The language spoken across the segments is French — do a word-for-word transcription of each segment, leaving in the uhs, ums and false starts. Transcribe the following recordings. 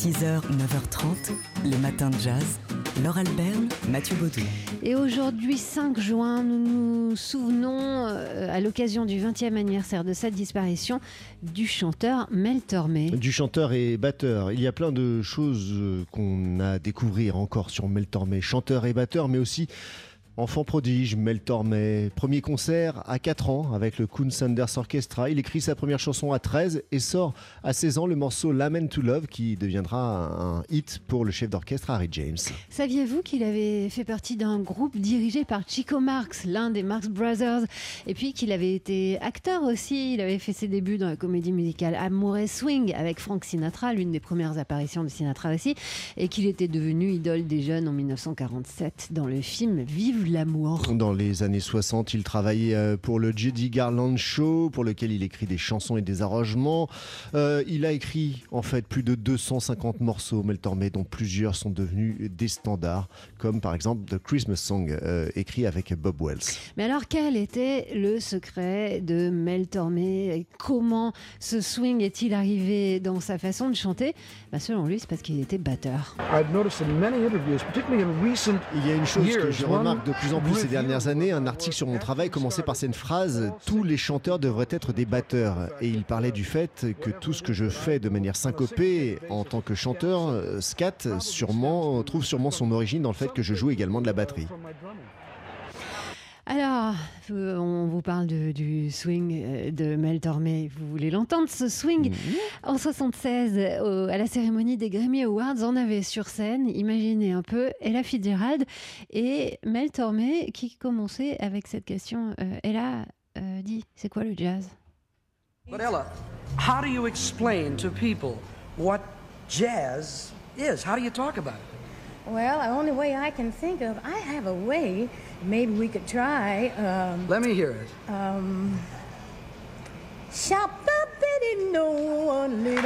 six heures, neuf heures trente, les matins de jazz. Laure Alberne, Mathieu Baudou. Et aujourd'hui, cinq juin, nous nous souvenons, euh, à l'occasion du vingtième anniversaire de sa disparition, du chanteur Mel Tormé. Du chanteur et batteur. Il y a plein de choses qu'on a à découvrir encore sur Mel Tormé. Chanteur et batteur, mais aussi enfant prodige, Mel Tormé. Premier concert à quatre ans avec le Coon Sanders Orchestra. Il écrit sa première chanson à treize et sort à seize ans le morceau Lament to Love qui deviendra un hit pour le chef d'orchestre Harry James. Saviez-vous qu'il avait fait partie d'un groupe dirigé par Chico Marx, l'un des Marx Brothers, et puis qu'il avait été acteur aussi. Il avait fait ses débuts dans la comédie musicale Amour et Swing avec Frank Sinatra, l'une des premières apparitions de Sinatra aussi, et qu'il était devenu idole des jeunes en dix-neuf cent quarante-sept dans le film Vive l'amour. Dans les années soixante, il travaillait pour le Judy Garland Show, pour lequel il écrit des chansons et des arrangements. Euh, il a écrit en fait plus de deux cent cinquante morceaux, Mel Tormé, dont plusieurs sont devenus des standards, comme par exemple The Christmas Song, euh, écrit avec Bob Wells. Mais alors, quel était le secret de Mel Tormé? Comment ce swing est-il arrivé dans sa façon de chanter? Bah, selon lui, c'est parce qu'il était batteur. Il y a une chose que je remarque de plus en plus ces dernières années, un article sur mon travail commençait par cette phrase « Tous les chanteurs devraient être des batteurs ». Et il parlait du fait que tout ce que je fais de manière syncopée en tant que chanteur, scat, sûrement, trouve sûrement son origine dans le fait que je joue également de la batterie. Alors, on vous parle de, du swing de Mel Tormé. Vous voulez l'entendre, ce swing? Mmh. En soixante-seize, au, à la cérémonie des Grammy Awards, on avait sur scène, imaginez un peu, Ella Fitzgerald et Mel Tormé qui commençait avec cette question. Euh, Ella euh, dit, c'est quoi le jazz? But Ella, how do you explain to people what jazz is? How do you talk about it? Well, the only way I can think of, I have a way. Maybe we could try. Um, Let me hear it. Um, Shop up it no one little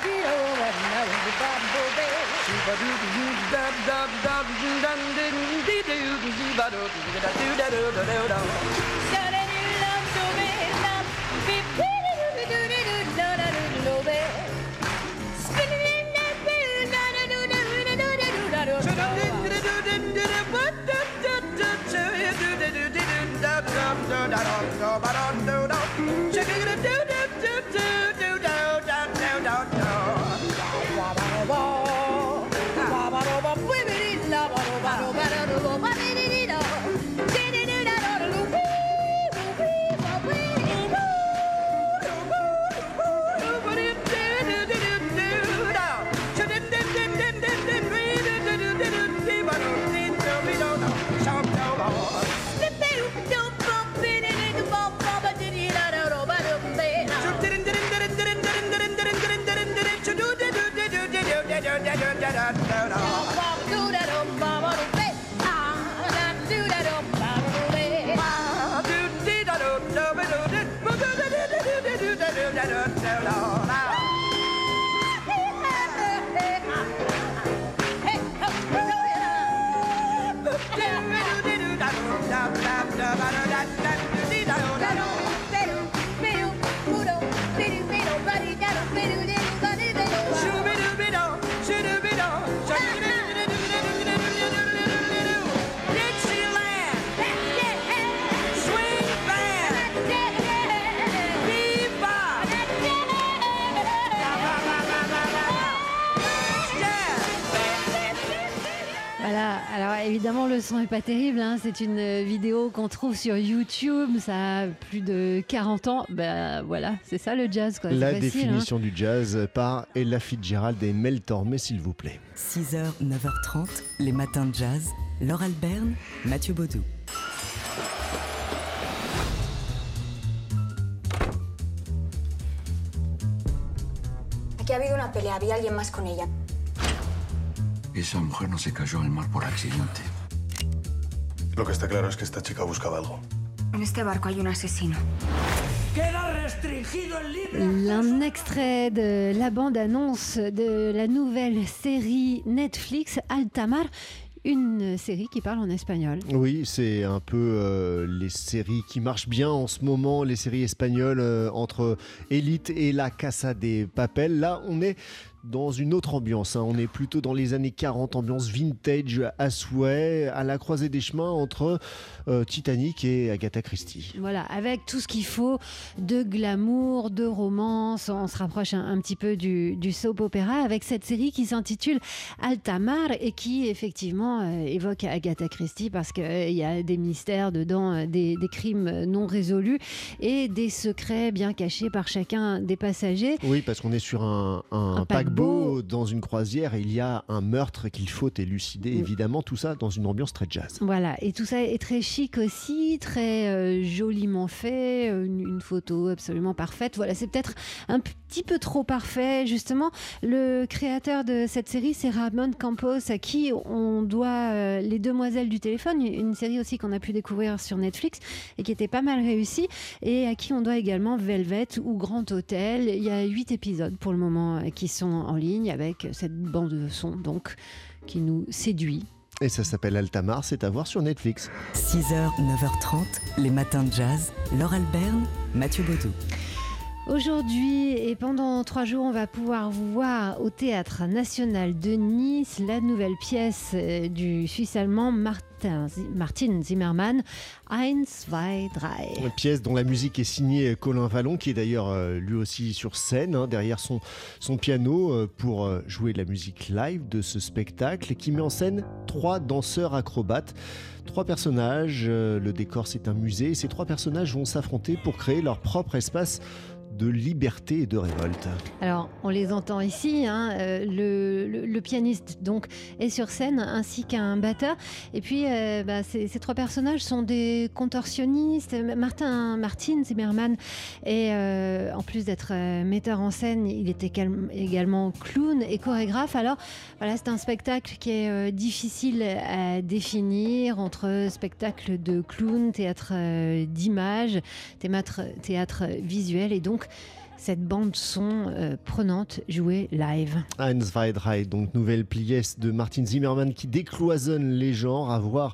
Alors évidemment le son est pas terrible, hein. C'est une vidéo qu'on trouve sur YouTube, ça a plus de quarante ans, ben voilà, c'est ça le jazz quoi. La facile, définition hein. du jazz par Ella Fitzgerald et Mel Tormé s'il vous plaît. six heures, neuf heures trente, les matins de jazz. Laure Alberne, Mathieu Baudou. Aquí ha habido una pelea, había alguien más con ella. Esa mujer no se cayó al mar por accidente. Lo que está claro es que esta chica buscaba algo. En este barco hay un asesino. Queda restringido el libre. Un extrait de la bande-annonce de la nouvelle série Netflix Altamar. Une série qui parle en espagnol. Oui, c'est un peu euh, les séries qui marchent bien en ce moment, les séries espagnoles euh, entre Élite et La Casa de Papel. Là, on est dans une autre ambiance. Hein. On est plutôt dans les années quarante, ambiance vintage à souhait, à la croisée des chemins entre euh, Titanic et Agatha Christie. Voilà, avec tout ce qu'il faut de glamour, de romance. On se rapproche un, un petit peu du, du soap opéra avec cette série qui s'intitule Alta Mar et qui effectivement euh, évoque Agatha Christie parce qu'il euh, y a des mystères dedans, euh, des, des crimes non résolus et des secrets bien cachés par chacun des passagers. Oui, parce qu'on est sur un, un, Un paquebot, paquebot dans une croisière et il y a un meurtre qu'il faut élucider, évidemment, tout ça dans une ambiance très jazz. Voilà, et tout ça est très chic aussi, très euh, joliment fait, une, une photo absolument parfaite. Voilà, c'est peut-être un petit peu trop parfait, justement. Le créateur de cette série, c'est Ramon Campos, à qui on doit euh, Les Demoiselles du téléphone, une série aussi qu'on a pu découvrir sur Netflix et qui était pas mal réussie, et à qui on doit également Velvet ou Grand Hôtel. Il y a huit épisodes pour le moment euh, qui sont en ligne avec cette bande de son donc qui nous séduit. Et ça s'appelle Alta Mar, c'est à voir sur Netflix. six heures, neuf heures trente, les matins de jazz. Laure Alberne, Mathieu Baudou. Aujourd'hui et pendant trois jours, on va pouvoir voir au Théâtre National de Nice la nouvelle pièce du Suisse-allemand Martin, Martin Zimmermann, Eins, zwei, drei. Une pièce dont la musique est signée Colin Vallon, qui est d'ailleurs euh, lui aussi sur scène, hein, derrière son, son piano, euh, pour euh, jouer de la musique live de ce spectacle, qui met en scène trois danseurs acrobates. Trois personnages, euh, le décor c'est un musée, et ces trois personnages vont s'affronter pour créer leur propre espace de liberté et de révolte. Alors, on les entend ici, hein, euh, le, le, le pianiste donc est sur scène ainsi qu'un batteur. Et puis, euh, bah, ces, ces trois personnages sont des contorsionnistes. Martin, Martin Zimmermann est, euh, en plus d'être euh, metteur en scène, il était également clown et chorégraphe. Alors, voilà, c'est un spectacle qui est euh, difficile à définir entre spectacle de clown, théâtre euh, d'image, théâtre, théâtre visuel et donc cette bande son euh, prenante jouée live. Eins, zwei, drei, donc nouvelle pièce de Martin Zimmermann qui décloisonne les genres, à voir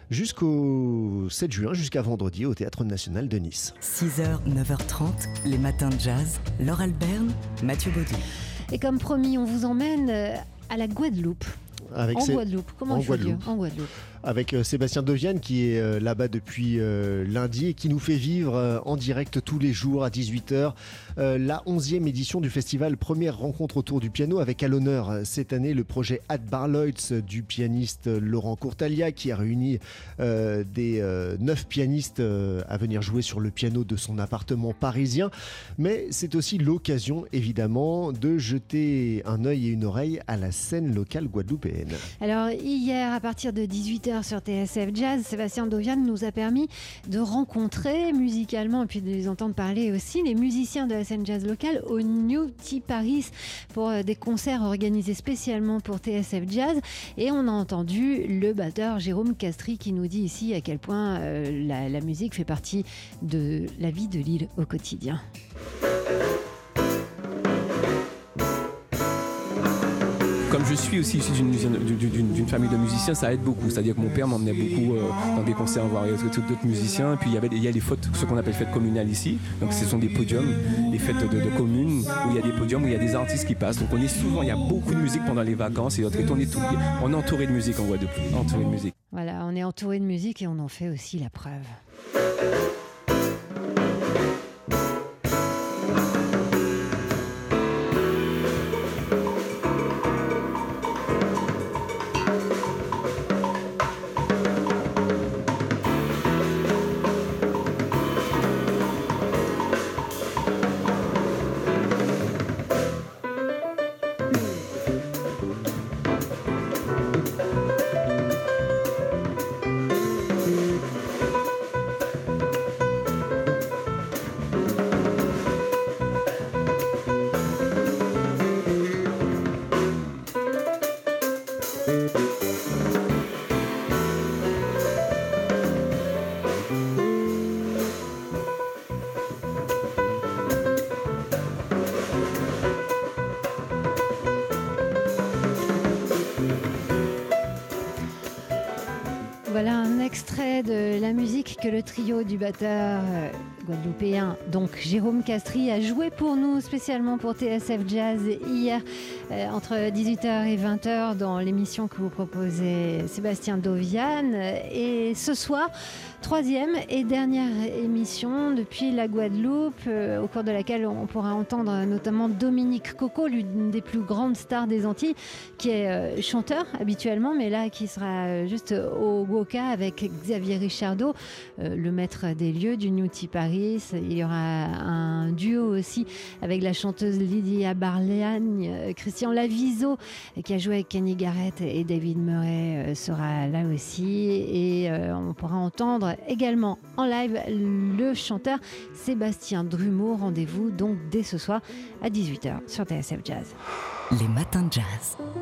jusqu'au sept juin, jusqu'à vendredi au Théâtre National de Nice. six heures, neuf heures trente, les matins de jazz. Laure Alberne, Mathieu Baudou. Et comme promis, on vous emmène à la Guadeloupe. Avec en ces... Guadeloupe, comment en je Guadeloupe. veux dire en Guadeloupe. Avec euh, Sébastien Deviane qui est euh, là-bas depuis euh, lundi et qui nous fait vivre euh, en direct tous les jours à dix-huit heures euh, la onzième édition du festival Première rencontre autour du piano, avec à l'honneur euh, cette année le projet At Barloids du pianiste Laurent Courtalia, qui a réuni euh, des euh, neuf pianistes euh, à venir jouer sur le piano de son appartement parisien. Mais c'est aussi l'occasion évidemment de jeter un œil et une oreille à la scène locale guadeloupéenne. Alors hier à partir de dix-huit heures sur T S F Jazz, Sébastien Deviane nous a permis de rencontrer musicalement et puis de les entendre parler aussi les musiciens de la scène jazz locale au New Tea Paris pour des concerts organisés spécialement pour T S F Jazz, et on a entendu le batteur Jérôme Castry qui nous dit ici à quel point euh, la, la musique fait partie de la vie de l'île au quotidien. Comme je suis aussi issu d'une, d'une, d'une famille de musiciens, ça aide beaucoup. C'est-à-dire que mon père m'emmenait beaucoup euh, dans des concerts voir d'autres musiciens. Et puis il y avait, il y a les fêtes, ce qu'on appelle fêtes communales ici. Donc ce sont des podiums, des fêtes de, de communes où il y a des podiums, où il y a des artistes qui passent. Donc on est souvent, il y a beaucoup de musique pendant les vacances et d'autres. On est, tout, on est entouré de musique en Guadeloupe, entouré de musique. Voilà, on est entouré de musique et on en fait aussi la preuve. Voilà un extrait de la musique que le trio du batteur guadeloupéen. Donc Jérôme Castries a joué pour nous spécialement pour T S F Jazz hier euh, entre dix-huit heures et vingt heures dans l'émission que vous proposait Sébastien Dovian. Et ce soir, troisième et dernière émission depuis la Guadeloupe, euh, au cours de laquelle on pourra entendre notamment Dominique Coco, l'une des plus grandes stars des Antilles, qui est euh, chanteur habituellement, mais là qui sera juste au Goka avec Xavier Richardot, euh, le maître des lieux du Newty Paris. Il y aura un duo aussi avec la chanteuse Lydia Barlagne. euh, Christian Laviso, qui a joué avec Kenny Garrett et David Murray, euh, sera là aussi, et euh, on pourra entendre également en live le chanteur Sébastien Drumeau. Rendez-vous donc dès ce soir à dix-huit heures sur T S F Jazz. Les matins de jazz.